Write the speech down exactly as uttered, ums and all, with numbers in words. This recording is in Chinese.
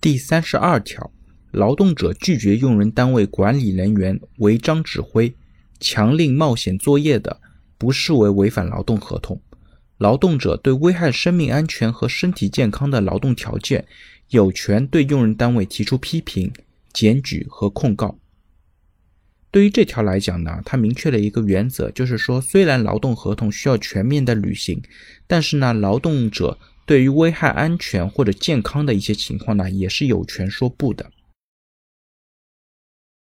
第三十二条，劳动者拒绝用人单位管理人员违章指挥、强令冒险作业的，不视为违反劳动合同。劳动者对危害生命安全和身体健康的劳动条件，有权对用人单位提出批评、检举和控告。对于这条来讲呢，它明确了一个原则，就是说虽然劳动合同需要全面的履行，但是呢，劳动者对于危害安全或者健康的一些情况呢，也是有权说不的。